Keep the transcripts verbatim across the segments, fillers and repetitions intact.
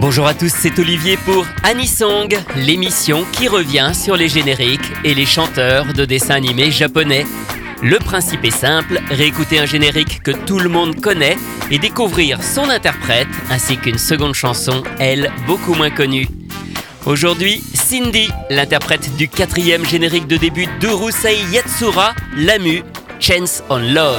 Bonjour à tous, c'est Olivier pour Anisong, l'émission qui revient sur les génériques et les chanteurs de dessins animés japonais. Le principe est simple, réécouter un générique que tout le monde connaît et découvrir son interprète ainsi qu'une seconde chanson, elle, beaucoup moins connue. Aujourd'hui, Cindy, l'interprète du quatrième générique de début d'Urusei Yatsura, Lamu, Chance on Love.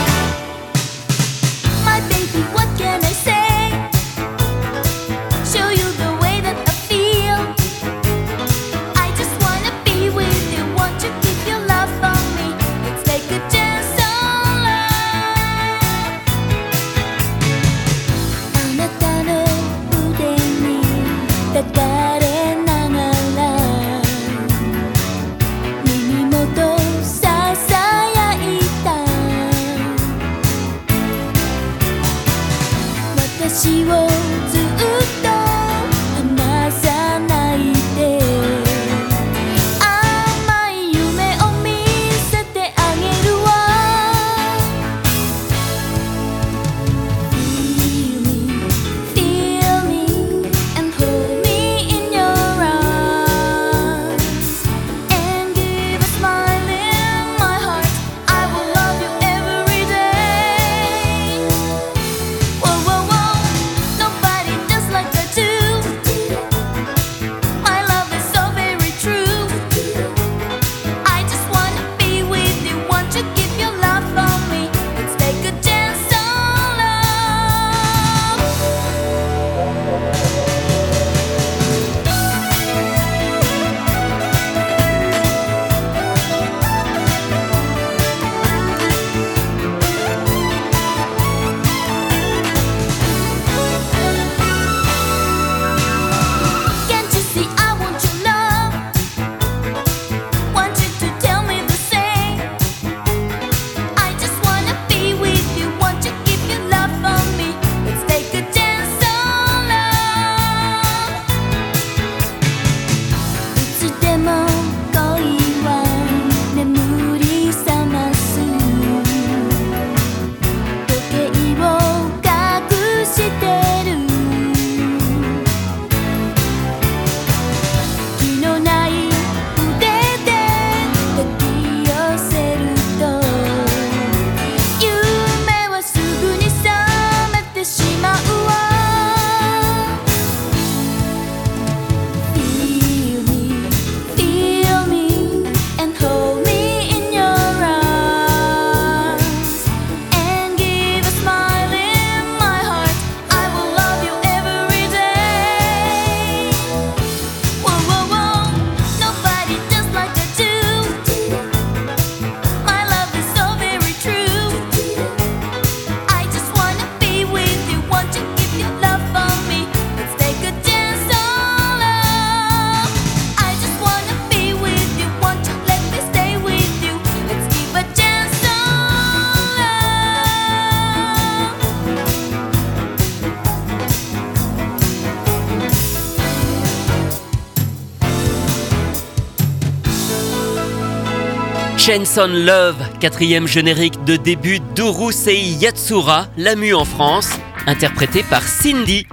Chance on Love, quatrième générique de début d'Urusei Yatsura, Lamu en France, interprété par Cindy.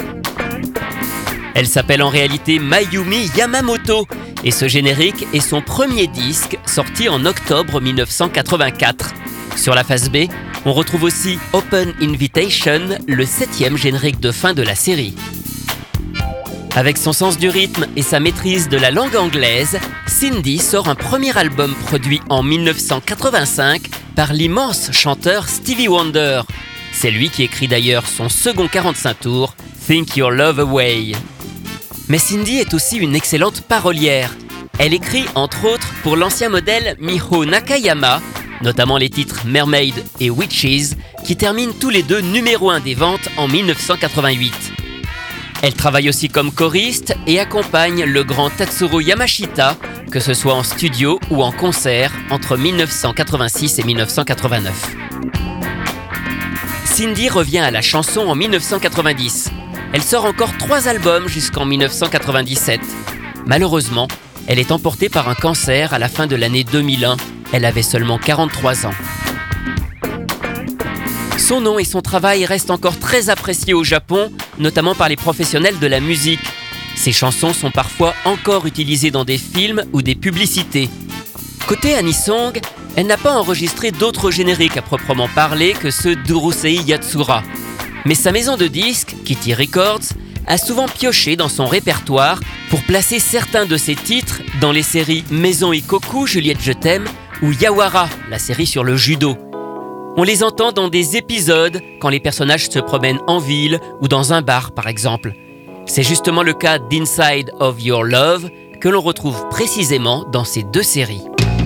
Elle s'appelle en réalité Mayumi Yamamoto et ce générique est son premier disque sorti en octobre mille neuf cent quatre-vingt-quatre. Sur la face B, on retrouve aussi Open Invitation, le septième générique de fin de la série. Avec son sens du rythme et sa maîtrise de la langue anglaise, Cindy sort un premier album produit en mille neuf cent quatre-vingt-cinq par l'immense chanteur Stevie Wonder. C'est lui qui écrit d'ailleurs son second quarante-cinq tours, Think Your Love Away. Mais Cindy est aussi une excellente parolière. Elle écrit entre autres pour l'ancien modèle Miho Nakayama, notamment les titres Mermaid et Witches, qui terminent tous les deux numéro un des ventes en mille neuf cent quatre-vingt-huit. Elle travaille aussi comme choriste et accompagne le grand Tatsuro Yamashita, que ce soit en studio ou en concert, entre mille neuf cent quatre-vingt-six et mille neuf cent quatre-vingt-neuf. Cindy revient à la chanson en mille neuf cent quatre-vingt-dix. Elle sort encore trois albums jusqu'en mille neuf cent quatre-vingt-dix-sept. Malheureusement, elle est emportée par un cancer à la fin de l'année deux mille un. Elle avait seulement quarante-trois ans. Son nom et son travail restent encore très appréciés au Japon, notamment par les professionnels de la musique. Ses chansons sont parfois encore utilisées dans des films ou des publicités. Côté Anisong, elle n'a pas enregistré d'autres génériques à proprement parler que ceux d'Urusei Yatsura. Mais sa maison de disques, Kitty Records, a souvent pioché dans son répertoire pour placer certains de ses titres dans les séries Maison Ikoku, Juliette je t'aime, ou Yawara, la série sur le judo. On les entend dans des épisodes quand les personnages se promènent en ville ou dans un bar par exemple. C'est justement le cas d'Inside of Your Love que l'on retrouve précisément dans ces deux séries.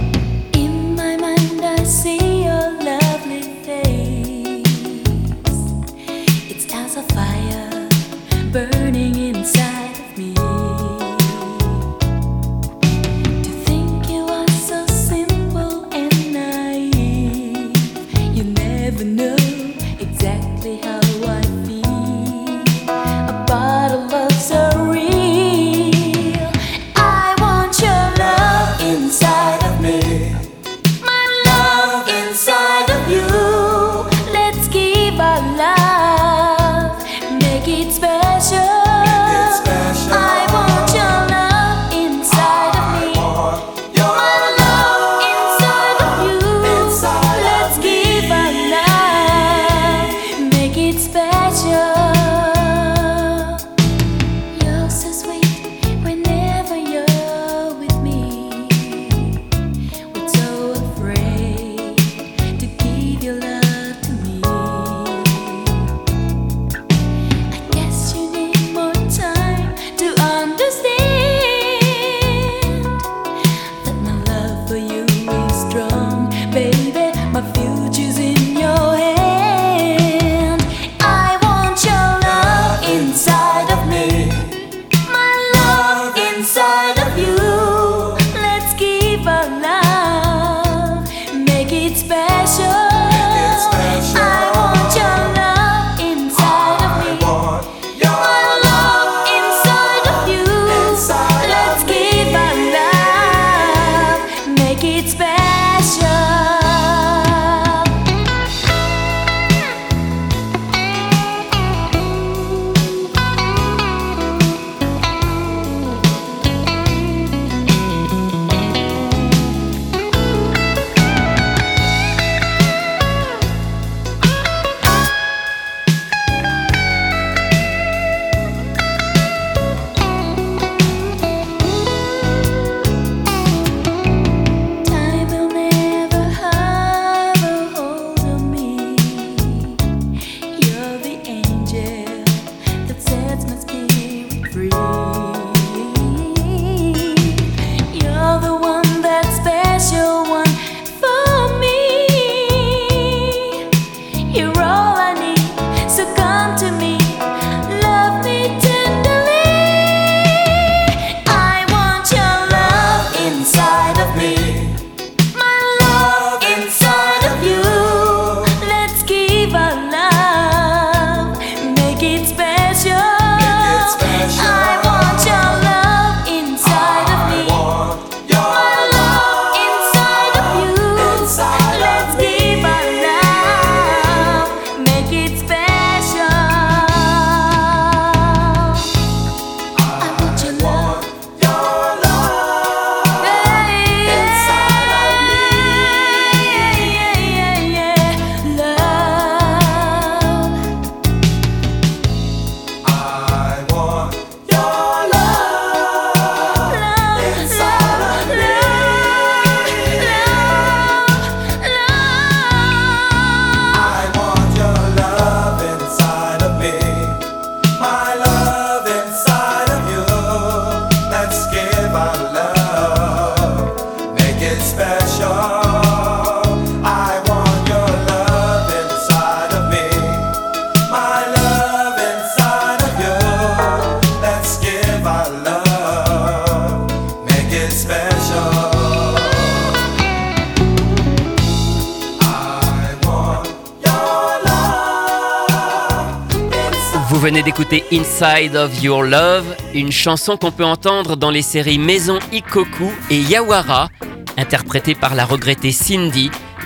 Vous venez d'écouter Inside of Your Love, une chanson qu'on peut entendre dans les séries Maison Ikoku et Yawara, interprétée par la regrettée Cindy,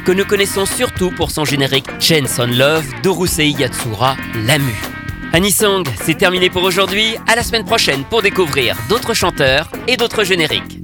que nous connaissons surtout pour son générique Chains on Love d'Urusei Yatsura, Lamu. Anisong, c'est terminé pour aujourd'hui. À la semaine prochaine pour découvrir d'autres chanteurs et d'autres génériques.